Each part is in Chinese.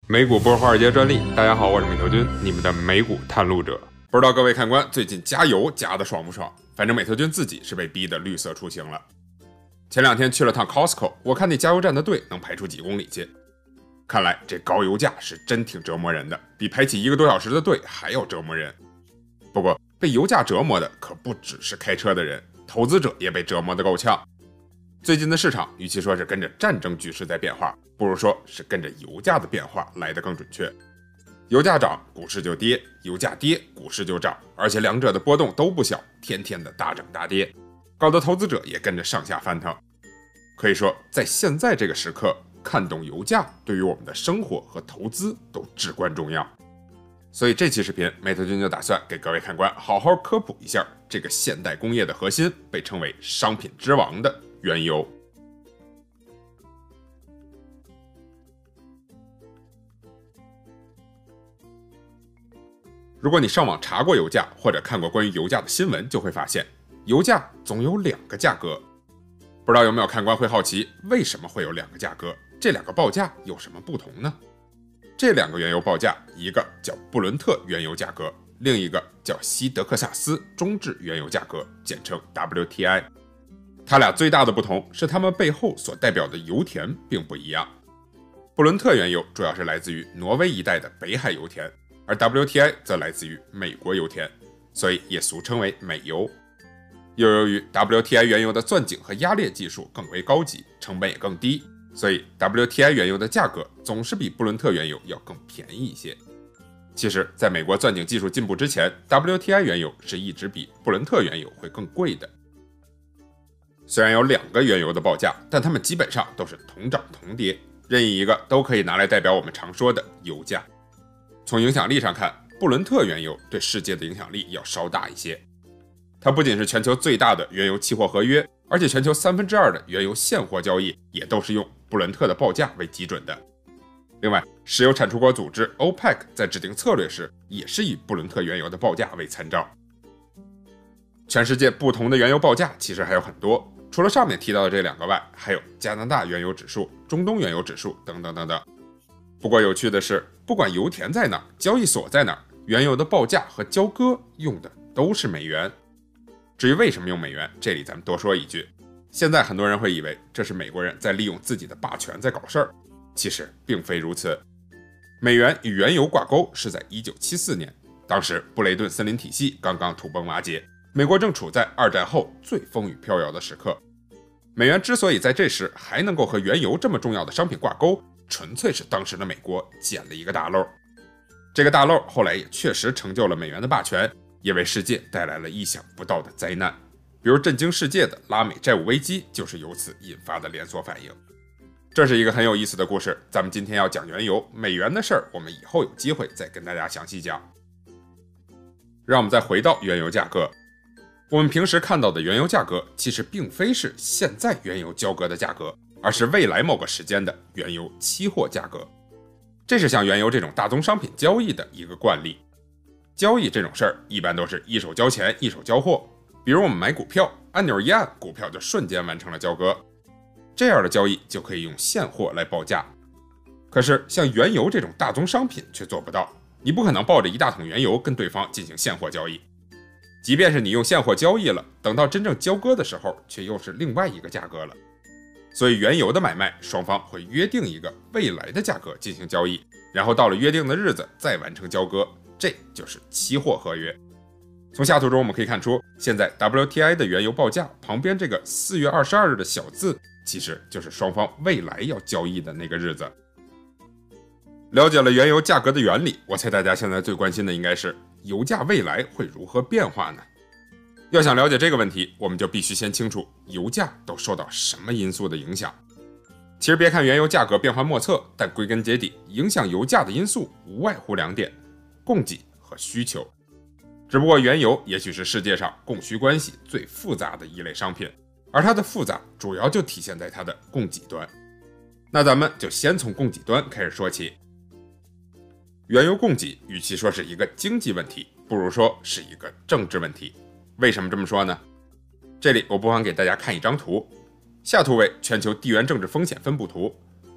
美股不是华尔街专利，大家好，我是美头君，你们的美股探路者。不知道各位看官最近加油加的爽不爽？反正美头君自己是被逼的绿色出行了。前两天去了趟 Costco， 我看那加油站的队能排出几公里去。看来这高油价是真挺折磨人的，比排起1个多小时的队还要折磨人。不过被油价折磨的可不只是开车的人，投资者也被折磨得够呛。最近的市场与其说是跟着战争局势在变化，不如说是跟着油价的变化来得更准确。油价涨，股市就跌；油价跌，股市就涨，而且两者的波动都不小，天天的大涨大跌，搞得投资者也跟着上下翻腾。可以说，在现在这个时刻，看懂油价对于我们的生活和投资都至关重要。所以这期视频，美头君就打算给各位看官好好科普一下这个现代工业的核心，被称为商品之王的原油。如果你上网查过油价，或者看过关于油价的新闻，就会发现油价总有2个价格。不知道有没有看官会好奇，为什么会有2个价格？这2个报价有什么不同呢？这2个原油报价，一个叫布伦特原油价格，另一个叫西德克萨斯中质原油价格，简称 WTI。它俩最大的不同是它们背后所代表的油田并不一样。布伦特原油主要是来自于挪威一带的北海油田，而 WTI 则来自于美国油田，所以也俗称为美油。又由于 WTI 原油的钻井和压裂技术更为高级，成本也更低，所以 WTI 原油的价格总是比布伦特原油要更便宜一些。其实在美国钻井技术进步之前， WTI 原油是一直比布伦特原油会更贵的。虽然有2个原油的报价，但它们基本上都是同涨同跌，任意一个都可以拿来代表我们常说的油价。从影响力上看，布伦特原油对世界的影响力要稍大一些。它不仅是全球最大的原油期货合约，而且全球2/3的原油现货交易也都是用布伦特的报价为基准的。另外，石油产出国组织 OPEC 在制定策略时，也是以布伦特原油的报价为参照。全世界不同的原油报价其实还有很多，除了上面提到的这2个外，还有加拿大原油指数、中东原油指数等等等等。不过有趣的是，不管油田在哪儿，交易所在哪儿，原油的报价和交割用的都是美元。至于为什么用美元，这里咱们多说一句，现在很多人会以为这是美国人在利用自己的霸权在搞事儿，其实并非如此。美元与原油挂钩是在1974年，当时布雷顿森林体系刚刚土崩瓦解，美国正处在2战后最风雨飘摇的时刻。美元之所以在这时还能够和原油这么重要的商品挂钩，纯粹是当时的美国捡了一个大漏。这个大漏后来也确实成就了美元的霸权，也为世界带来了意想不到的灾难，比如震惊世界的拉美债务危机就是由此引发的连锁反应。这是一个很有意思的故事，咱们今天要讲原油，美元的事儿我们以后有机会再跟大家详细讲。让我们再回到原油价格，我们平时看到的原油价格其实并非是现在原油交割的价格，而是未来某个时间的原油期货价格。这是像原油这种大宗商品交易的一个惯例。交易这种事儿一般都是一手交钱一手交货，比如我们买股票，按钮一按，股票就瞬间完成了交割，这样的交易就可以用现货来报价。可是像原油这种大宗商品却做不到，你不可能抱着1大桶原油跟对方进行现货交易，即便是你用现货交易了，等到真正交割的时候却又是另外一个价格了。所以原油的买卖，双方会约定一个未来的价格进行交易，然后到了约定的日子再完成交割，这就是期货合约。从下图中我们可以看出，现在 WTI 的原油报价旁边这个4月22日的小字，其实就是双方未来要交易的那个日子。了解了原油价格的原理，我猜大家现在最关心的应该是油价未来会如何变化呢？要想了解这个问题，我们就必须先清楚油价都受到什么因素的影响。其实别看原油价格变幻莫测，但归根结底，影响油价的因素无外乎2点：供给和需求。只不过原油也许是世界上供需关系最复杂的一类商品，而它的复杂主要就体现在它的供给端。那咱们就先从供给端开始说起。原油供给与其说是一个经济问题，不如说是一个政治问题。为什么这么说呢？这里我不妨给大家看一张图，下图为全球地缘政治风险分布图，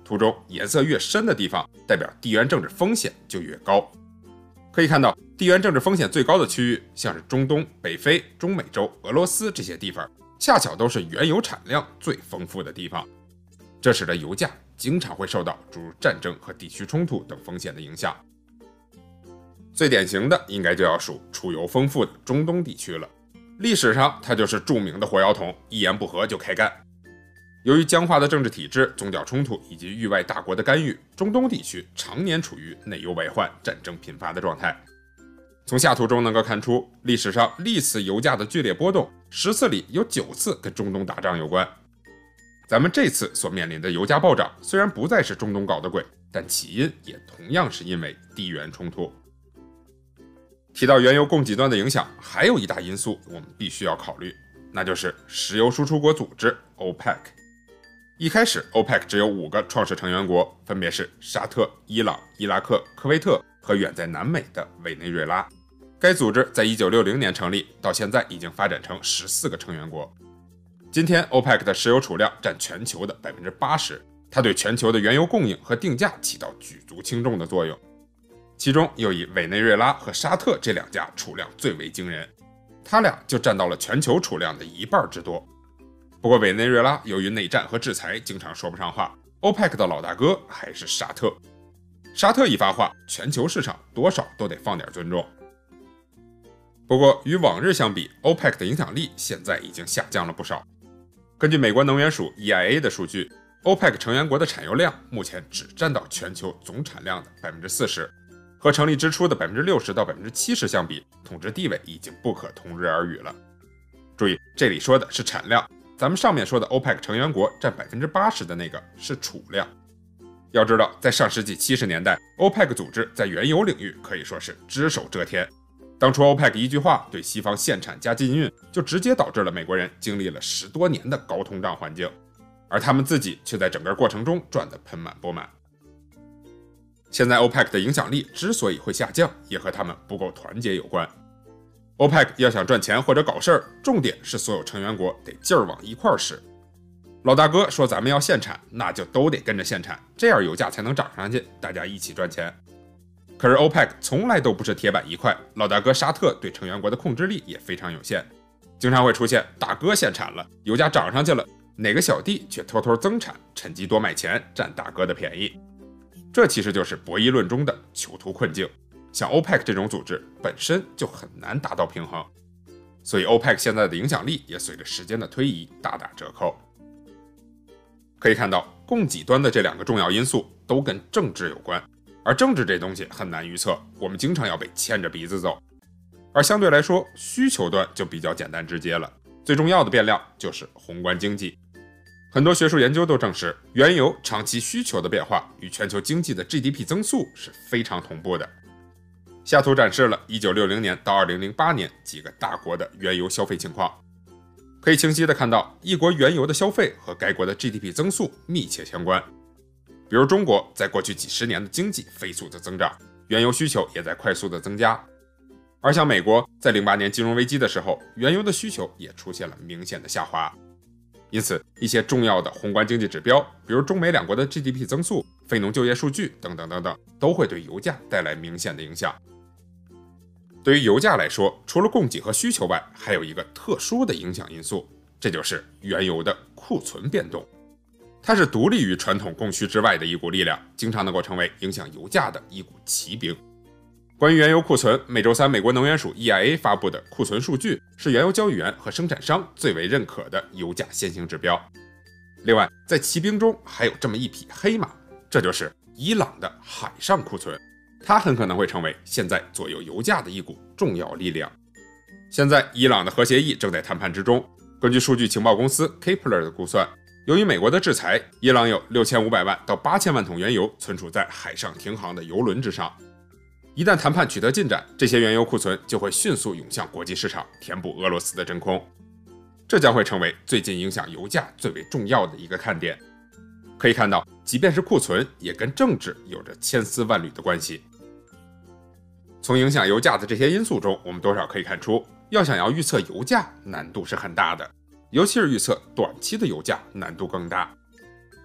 图中颜色越深的地方，代表地缘政治风险就越高。可以看到，地缘政治风险最高的区域，像是中东、北非、中美洲、俄罗斯这些地方，恰巧都是原油产量最丰富的地方。这使得油价经常会受到诸如战争和地区冲突等风险的影响。最典型的应该就要数储油丰富的中东地区了。历史上它就是著名的火药桶，一言不合就开干。由于僵化的政治体制、宗教冲突以及域外大国的干预，中东地区常年处于内忧外患、战争频发的状态。从下图中能够看出，历史上历次油价的剧烈波动，10次里有9次跟中东打仗有关。咱们这次所面临的油价暴涨，虽然不再是中东搞的鬼，但起因也同样是因为地缘冲突。提到原油供给端的影响，还有一大因素我们必须要考虑，那就是石油输出国组织 OPEC。一开始 OPEC 只有5个创始成员国，分别是沙特、伊朗、伊拉克、科威特和远在南美的委内瑞拉。该组织在1960年成立，到现在已经发展成14个成员国。今天 OPEC 的石油储量占全球的 80%， 它对全球的原油供应和定价起到举足轻重的作用。其中又以委内瑞拉和沙特这2家储量最为惊人，它俩就占到了全球储量的1半之多。不过委内瑞拉由于内战和制裁经常说不上话， OPEC 的老大哥还是沙特。沙特一发话，全球市场多少都得放点尊重。不过与往日相比， OPEC 的影响力现在已经下降了不少。根据美国能源署 EIA 的数据， OPEC 成员国的产油量目前只占到全球总产量的 40%， 和成立之初的 60%到 70% 相比，统治地位已经不可同日而语了。注意，这里说的是产量，咱们上面说的 OPEC 成员国占 80% 的那个是储量。要知道，在上世纪70年代， OPEC 组织在原油领域可以说是只手遮天。当初 OPEC 一句话对西方限产加禁运，就直接导致了美国人经历了10多年的高通胀环境，而他们自己却在整个过程中赚得盆满钵满。现在 OPEC 的影响力之所以会下降，也和他们不够团结有关。OPEC 要想赚钱或者搞事儿，重点是所有成员国得劲儿往一块儿使。老大哥说咱们要限产，那就都得跟着限产，这样油价才能涨上去，大家一起赚钱。可是 OPEC 从来都不是铁板一块，老大哥沙特对成员国的控制力也非常有限，经常会出现大哥限产了，油价涨上去了，哪个小弟却偷偷增产，趁机多卖钱，占大哥的便宜。这其实就是博弈论中的囚徒困境。像 OPEC 这种组织本身就很难达到平衡，所以 OPEC 现在的影响力也随着时间的推移大打折扣。可以看到，供给端的这2个重要因素都跟政治有关，而政治这东西很难预测，我们经常要被牵着鼻子走。而相对来说，需求端就比较简单直接了，最重要的变量就是宏观经济。很多学术研究都证实，原油长期需求的变化与全球经济的 GDP 增速是非常同步的。下图展示了1960年到2008年几个大国的原油消费情况，可以清晰地看到，一国原油的消费和该国的 GDP 增速密切相关。比如中国在过去几十年的经济飞速的增长，原油需求也在快速的增加。而像美国在08年金融危机的时候，原油的需求也出现了明显的下滑。因此，一些重要的宏观经济指标，比如中美2国的 GDP 增速、非农就业数据等等等等，都会对油价带来明显的影响。对于油价来说，除了供给和需求外，还有一个特殊的影响因素，这就是原油的库存变动。它是独立于传统供需之外的一股力量，经常能够成为影响油价的一股骑兵。关于原油库存，每周三美国能源署 EIA 发布的库存数据是原油交易员和生产商最为认可的油价先行指标。另外，在骑兵中还有这么一匹黑马，这就是伊朗的海上库存，它很可能会成为现在左右油价的一股重要力量。现在伊朗的核协议正在谈判之中，根据数据情报公司 Kpler 的估算，由于美国的制裁，伊朗有6500万到8000万桶原油存储在海上停航的油轮之上。一旦谈判取得进展，这些原油库存就会迅速涌向国际市场，填补俄罗斯的真空。这将会成为最近影响油价最为重要的一个看点。可以看到，即便是库存，也跟政治有着千丝万缕的关系。从影响油价的这些因素中，我们多少可以看出，要想要预测油价，难度是很大的，尤其是预测短期的油价难度更大。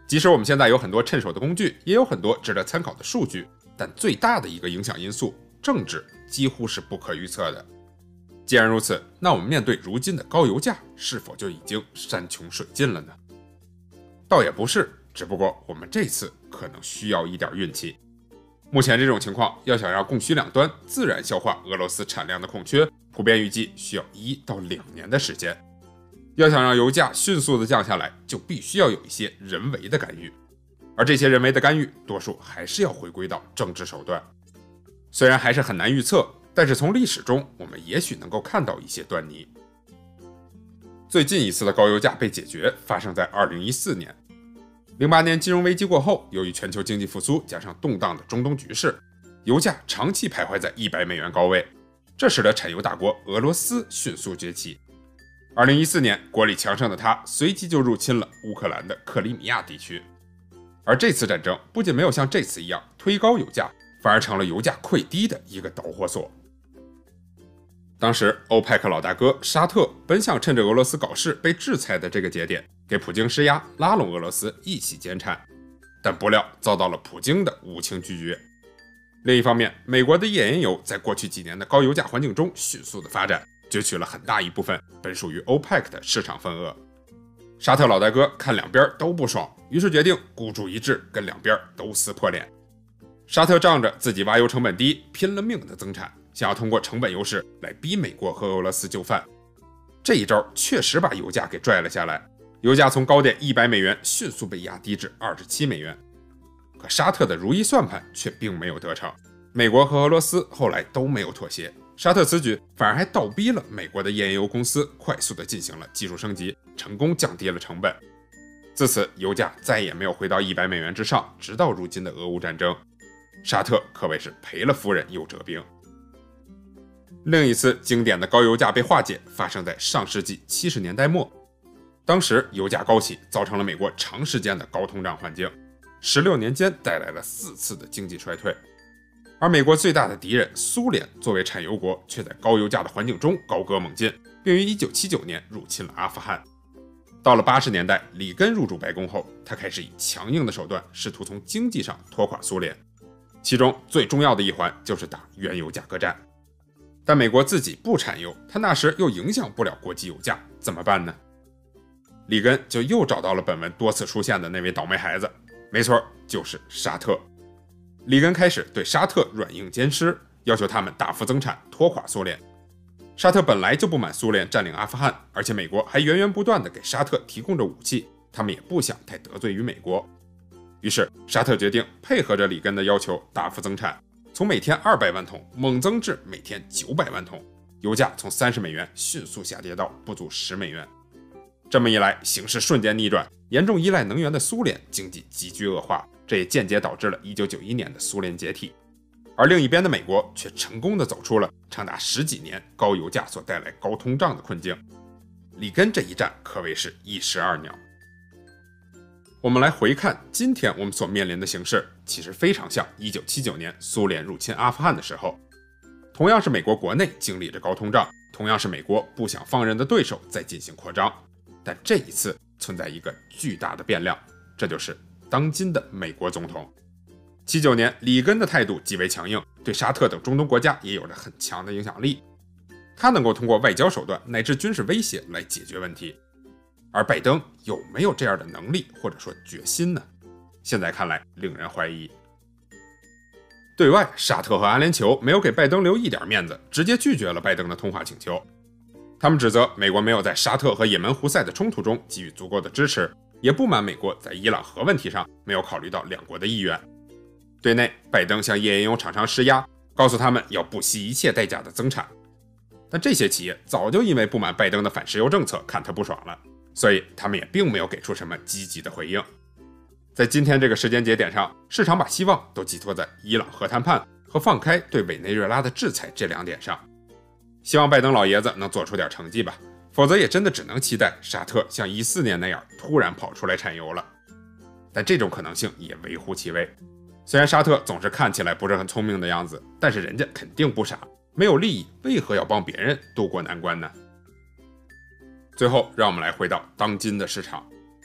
即使我们现在有很多趁手的工具，也有很多值得参考的数据，但最大的一个影响因素，政治几乎是不可预测的。既然如此，那我们面对如今的高油价，是否就已经山穷水尽了呢？倒也不是，只不过我们这次可能需要一点运气。目前这种情况，要想让供需两端自然消化俄罗斯产量的空缺，普遍预计需要1到2年的时间。要想让油价迅速的降下来，就必须要有一些人为的干预，而这些人为的干预，多数还是要回归到政治手段。虽然还是很难预测，但是从历史中，我们也许能够看到一些端倪。最近一次的高油价被解决发生在2014年。08年金融危机过后，由于全球经济复苏加上动荡的中东局势，油价长期徘徊在$100高位，这使得产油大国俄罗斯迅速崛起。2014年，国力强盛的它随即就入侵了乌克兰的克里米亚地区。而这次战争不仅没有像这次一样推高油价，反而成了油价溃堤的一个导火索。当时欧佩克老大哥沙特本想趁着俄罗斯搞事被制裁的这个节点，给普京施压，拉拢俄罗斯一起减产，但不料遭到了普京的无情拒绝。另一方面，美国的页岩油在过去几年的高油价环境中迅速的发展，攫取了很大一部分本属于欧佩克的市场份额。沙特老大哥看两边都不爽，于是决定孤注一掷，跟两边都撕破脸。沙特仗着自己挖油成本低，拼了命的增产，想要通过成本优势来逼美国和俄罗斯就范。这一招确实把油价给拽了下来，油价从高点$100迅速被压低至$27。可沙特的如意算盘却并没有得逞，美国和俄罗斯后来都没有妥协，沙特此举反而还倒逼了美国的页岩油公司快速的进行了技术升级，成功降低了成本。自此，油价再也没有回到$100之上，直到如今的俄乌战争，沙特可谓是赔了夫人又折兵。另一次经典的高油价被化解发生在上世纪70年代末，当时油价高企，造成了美国长时间的高通胀环境，16年间带来了4次的经济衰退。而美国最大的敌人苏联作为产油国，却在高油价的环境中高歌猛进，并于1979年入侵了阿富汗。到了80年代，里根入驻白宫后，他开始以强硬的手段试图从经济上拖垮苏联，其中最重要的一环就是打原油价格战。但美国自己不产油，他那时又影响不了国际油价，怎么办呢？里根就又找到了本文多次出现的那位倒霉孩子，没错，就是沙特。里根开始对沙特软硬兼施，要求他们大幅增产，拖垮苏联。沙特本来就不满苏联占领阿富汗，而且美国还源源不断地给沙特提供着武器，他们也不想太得罪于美国。于是沙特决定配合着里根的要求大幅增产，从每天200万桶猛增至每天900万桶，油价从$30迅速下跌到不足$10。这么一来，形势瞬间逆转，严重依赖能源的苏联经济急剧恶化，这也间接导致了1991年的苏联解体。而另一边的美国却成功的走出了长达10几年高油价所带来高通胀的困境。里根这一战可谓是一石二鸟。我们来回看今天我们所面临的形势，其实非常像1979年苏联入侵阿富汗的时候，同样是美国国内经历着高通胀，同样是美国不想放任的对手在进行扩张，但这一次存在一个巨大的变量，这就是当今的美国总统。79年，里根的态度极为强硬，对沙特等中东国家也有着很强的影响力，他能够通过外交手段乃至军事威胁来解决问题。而拜登有没有这样的能力或者说决心呢？现在看来令人怀疑。对外，沙特和阿联酋没有给拜登留一点面子，直接拒绝了拜登的通话请求。他们指责美国没有在沙特和也门胡塞的冲突中给予足够的支持，也不满美国在伊朗核问题上没有考虑到两国的意愿。对内，拜登向页岩油厂商施压，告诉他们要不惜一切代价的增产。但这些企业早就因为不满拜登的反石油政策看他不爽了，所以他们也并没有给出什么积极的回应。在今天这个时间节点上，市场把希望都寄托在伊朗核谈判和放开对委内瑞拉的制裁这2点上。希望拜登老爷子能做出点成绩吧，否则也真的只能期待沙特像14年那样突然跑出来产油了。但这种可能性也微乎其微。虽然沙特总是看起来不是很聪明的样子，但是人家肯定不傻，没有利益为何要帮别人渡过难关呢？最后，让我们来回到当今的市场。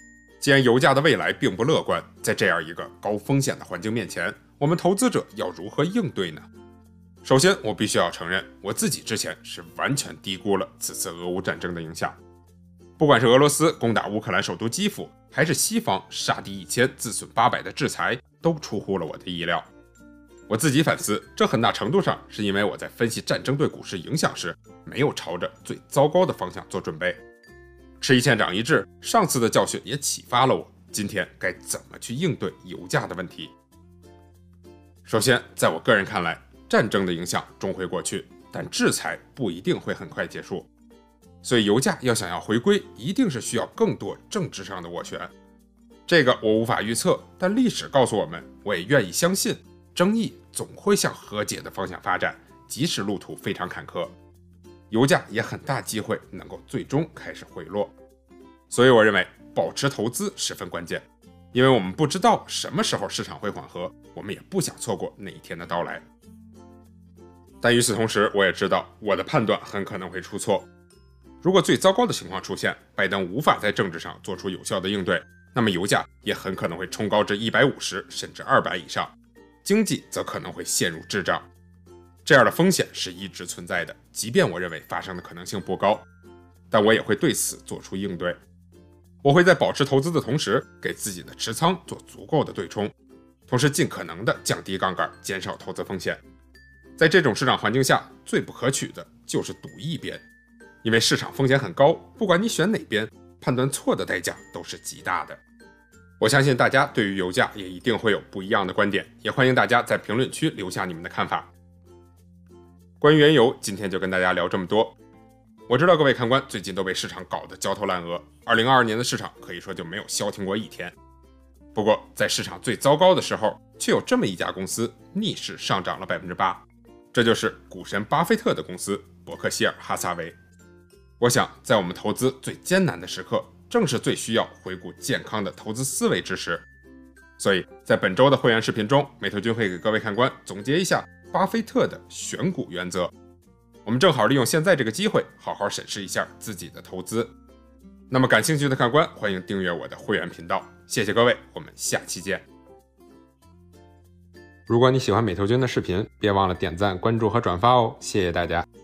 既然油价的未来并不乐观，在这样一个高风险的环境面前，我们投资者要如何应对呢？首先，我必须要承认，我自己之前是完全低估了此次俄乌战争的影响。不管是俄罗斯攻打乌克兰首都基辅，还是西方杀敌1000自损800的制裁，都出乎了我的意料。我自己反思，这很大程度上是因为我在分析战争对股市影响时，没有朝着最糟糕的方向做准备。吃一堑长一智，上次的教训也启发了我，今天该怎么去应对油价的问题。首先，在我个人看来，战争的影响终会过去，但制裁不一定会很快结束。所以油价要想要回归，一定是需要更多政治上的斡旋。这个我无法预测，但历史告诉我们，我也愿意相信，争议总会向和解的方向发展，即使路途非常坎坷。油价也很大机会能够最终开始回落。所以我认为保持投资十分关键，因为我们不知道什么时候市场会缓和，我们也不想错过那一天的到来。但与此同时，我也知道我的判断很可能会出错。如果最糟糕的情况出现，拜登无法在政治上做出有效的应对，那么油价也很可能会冲高至150甚至200以上，经济则可能会陷入滞胀。这样的风险是一直存在的，即便我认为发生的可能性不高，但我也会对此做出应对。我会在保持投资的同时，给自己的持仓做足够的对冲，同时尽可能的降低杠杆，减少投资风险。在这种市场环境下，最不可取的就是赌一边，因为市场风险很高，不管你选哪边，判断错的代价都是极大的。我相信大家对于油价也一定会有不一样的观点，也欢迎大家在评论区留下你们的看法。关于原油，今天就跟大家聊这么多。我知道各位看官最近都被市场搞得焦头烂额，2022年的市场可以说就没有消停过一天。不过在市场最糟糕的时候，却有这么一家公司逆势上涨了 8%， 这就是股神巴菲特的公司伯克希尔哈撒韦。我想在我们投资最艰难的时刻，正是最需要回顾健康的投资思维之时。所以在本周的会员视频中，美投君会给各位看官总结一下巴菲特的选股原则。我们正好利用现在这个机会，好好审视一下自己的投资。那么感兴趣的看官，欢迎订阅我的会员频道。谢谢各位，我们下期见。如果你喜欢美投君的视频，别忘了点赞、关注和转发哦，谢谢大家。